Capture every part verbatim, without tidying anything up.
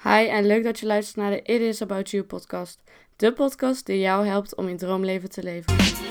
Hi en leuk dat je luistert naar de It Is About You podcast. De podcast die jou helpt om je droomleven te leven.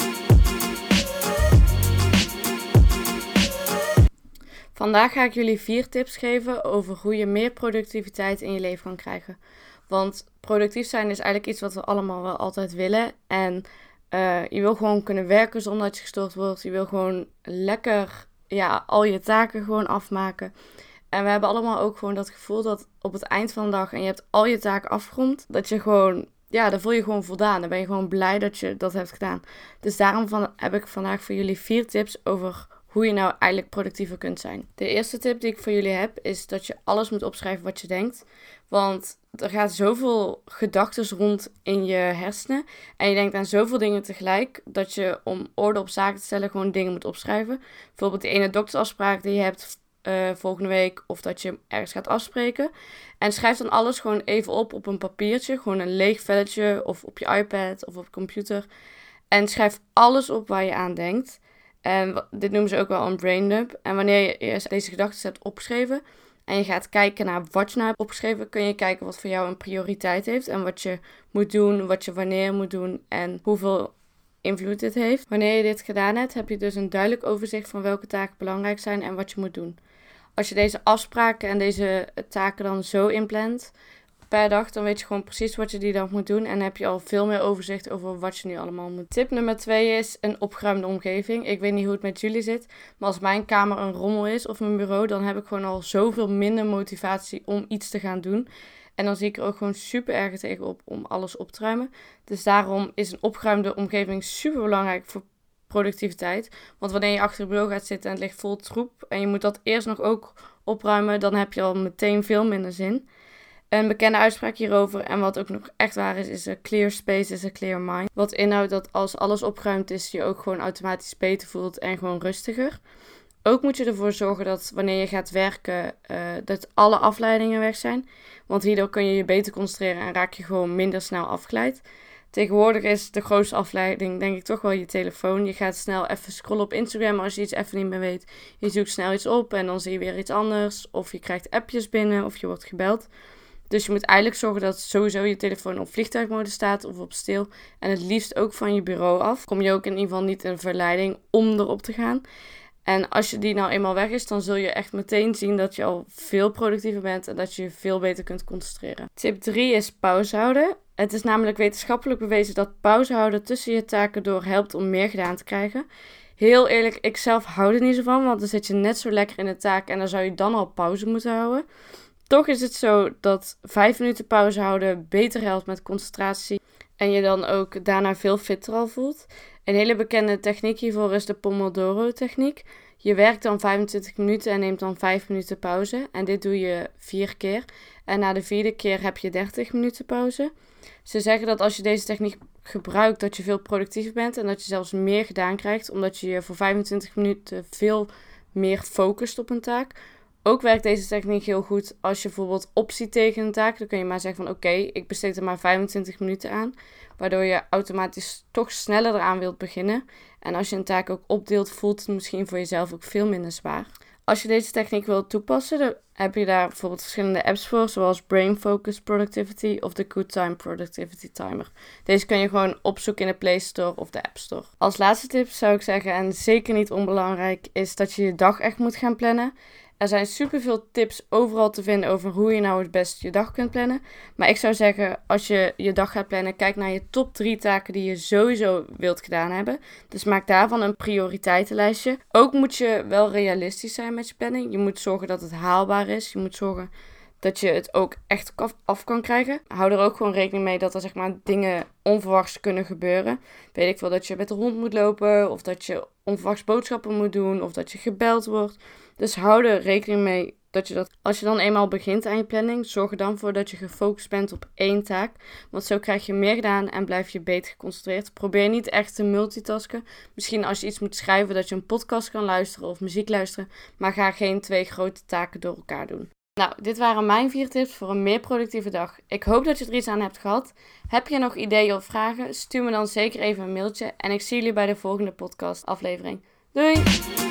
Vandaag ga ik jullie vier tips geven over hoe je meer productiviteit in je leven kan krijgen. Want productief zijn is eigenlijk iets wat we allemaal wel altijd willen. En uh, je wil gewoon kunnen werken zonder dat je gestoord wordt. Je wil gewoon lekker ja, al je taken gewoon afmaken. En we hebben allemaal ook gewoon dat gevoel dat op het eind van de dag en je hebt al je taken afgerond, dat je gewoon, ja, dan voel je gewoon voldaan. Dan ben je gewoon blij dat je dat hebt gedaan. Dus daarom van, heb ik vandaag voor jullie vier tips over hoe je nou eigenlijk productiever kunt zijn. De eerste tip die ik voor jullie heb, is dat je alles moet opschrijven wat je denkt. Want er gaat zoveel gedachten rond in je hersenen. En je denkt aan zoveel dingen tegelijk, dat je om orde op zaken te stellen gewoon dingen moet opschrijven. Bijvoorbeeld die ene doktersafspraak die je hebt Uh, volgende week, of dat je ergens gaat afspreken. En schrijf dan alles gewoon even op op een papiertje, gewoon een leeg velletje of op je iPad of op je computer. En schrijf alles op waar je aan denkt. En dit noemen ze ook wel een braindump. En wanneer je deze gedachten hebt opgeschreven en je gaat kijken naar wat je nou hebt opgeschreven, kun je kijken wat voor jou een prioriteit heeft en wat je moet doen, wat je wanneer moet doen en hoeveel invloed dit heeft. Wanneer je dit gedaan hebt, heb je dus een duidelijk overzicht van welke taken belangrijk zijn en wat je moet doen. Als je deze afspraken en deze taken dan zo inplant per dag, dan weet je gewoon precies wat je die dag moet doen. En heb je al veel meer overzicht over wat je nu allemaal moet. Tip nummer twee is een opgeruimde omgeving. Ik weet niet hoe het met jullie zit, maar als mijn kamer een rommel is of mijn bureau, dan heb ik gewoon al zoveel minder motivatie om iets te gaan doen. En dan zie ik er ook gewoon super erg tegenop om alles op te ruimen. Dus daarom is een opgeruimde omgeving super belangrijk voor productiviteit. Want wanneer je achter je bureau gaat zitten en het ligt vol troep en je moet dat eerst nog ook opruimen, dan heb je al meteen veel minder zin. Een bekende uitspraak hierover en wat ook nog echt waar is, is a clear space is a clear mind. Wat inhoudt dat als alles opgeruimd is, je ook gewoon automatisch beter voelt en gewoon rustiger. Ook moet je ervoor zorgen dat wanneer je gaat werken, uh, dat alle afleidingen weg zijn. Want hierdoor kun je je beter concentreren en raak je gewoon minder snel afgeleid. Tegenwoordig is de grootste afleiding denk ik toch wel je telefoon. Je gaat snel even scrollen op Instagram als je iets even niet meer weet. Je zoekt snel iets op en dan zie je weer iets anders. Of je krijgt appjes binnen of je wordt gebeld. Dus je moet eigenlijk zorgen dat sowieso je telefoon op vliegtuigmodus staat of op stil. En het liefst ook van je bureau af. Kom je ook in ieder geval niet in verleiding om erop te gaan. En als je die nou eenmaal weg is, dan zul je echt meteen zien dat je al veel productiever bent en dat je je veel beter kunt concentreren. Tip drie is pauze houden. Het is namelijk wetenschappelijk bewezen dat pauze houden tussen je taken door helpt om meer gedaan te krijgen. Heel eerlijk, ik zelf hou er niet zo van, want dan zit je net zo lekker in de taak en dan zou je dan al pauze moeten houden. Toch is het zo dat vijf minuten pauze houden beter helpt met concentratie en je dan ook daarna veel fitter al voelt. Een hele bekende techniek hiervoor is de Pomodoro-techniek. Je werkt dan vijfentwintig minuten en neemt dan vijf minuten pauze. En dit doe je vier keer. En na de vierde keer heb je dertig minuten pauze. Ze zeggen dat als je deze techniek gebruikt, dat je veel productiever bent. En dat je zelfs meer gedaan krijgt, omdat je je voor vijfentwintig minuten veel meer focust op een taak. Ook werkt deze techniek heel goed als je bijvoorbeeld opziet tegen een taak. Dan kun je maar zeggen van oké, okay, ik besteed er maar vijfentwintig minuten aan. Waardoor je automatisch toch sneller eraan wilt beginnen. En als je een taak ook opdeelt, voelt het misschien voor jezelf ook veel minder zwaar. Als je deze techniek wilt toepassen, dan heb je daar bijvoorbeeld verschillende apps voor. Zoals Brain Focus Productivity of de Good Time Productivity Timer. Deze kun je gewoon opzoeken in de Play Store of de App Store. Als laatste tip zou ik zeggen, en zeker niet onbelangrijk, is dat je je dag echt moet gaan plannen. Er zijn superveel tips overal te vinden over hoe je nou het beste je dag kunt plannen. Maar ik zou zeggen, als je je dag gaat plannen, kijk naar je top drie taken die je sowieso wilt gedaan hebben. Dus maak daarvan een prioriteitenlijstje. Ook moet je wel realistisch zijn met je planning. Je moet zorgen dat het haalbaar is. Je moet zorgen dat je het ook echt af kan krijgen. Hou er ook gewoon rekening mee dat er zeg maar dingen onverwachts kunnen gebeuren. Weet ik veel, dat je met de hond moet lopen of dat je onverwachts boodschappen moet doen of dat je gebeld wordt. Dus hou er rekening mee dat je dat, als je dan eenmaal begint aan je planning, zorg er dan voor dat je gefocust bent op één taak. Want zo krijg je meer gedaan en blijf je beter geconcentreerd. Probeer niet echt te multitasken. Misschien als je iets moet schrijven dat je een podcast kan luisteren of muziek luisteren. Maar ga geen twee grote taken door elkaar doen. Nou, dit waren mijn vier tips voor een meer productieve dag. Ik hoop dat je er iets aan hebt gehad. Heb je nog ideeën of vragen? Stuur me dan zeker even een mailtje. En ik zie jullie bij de volgende podcast aflevering. Doei!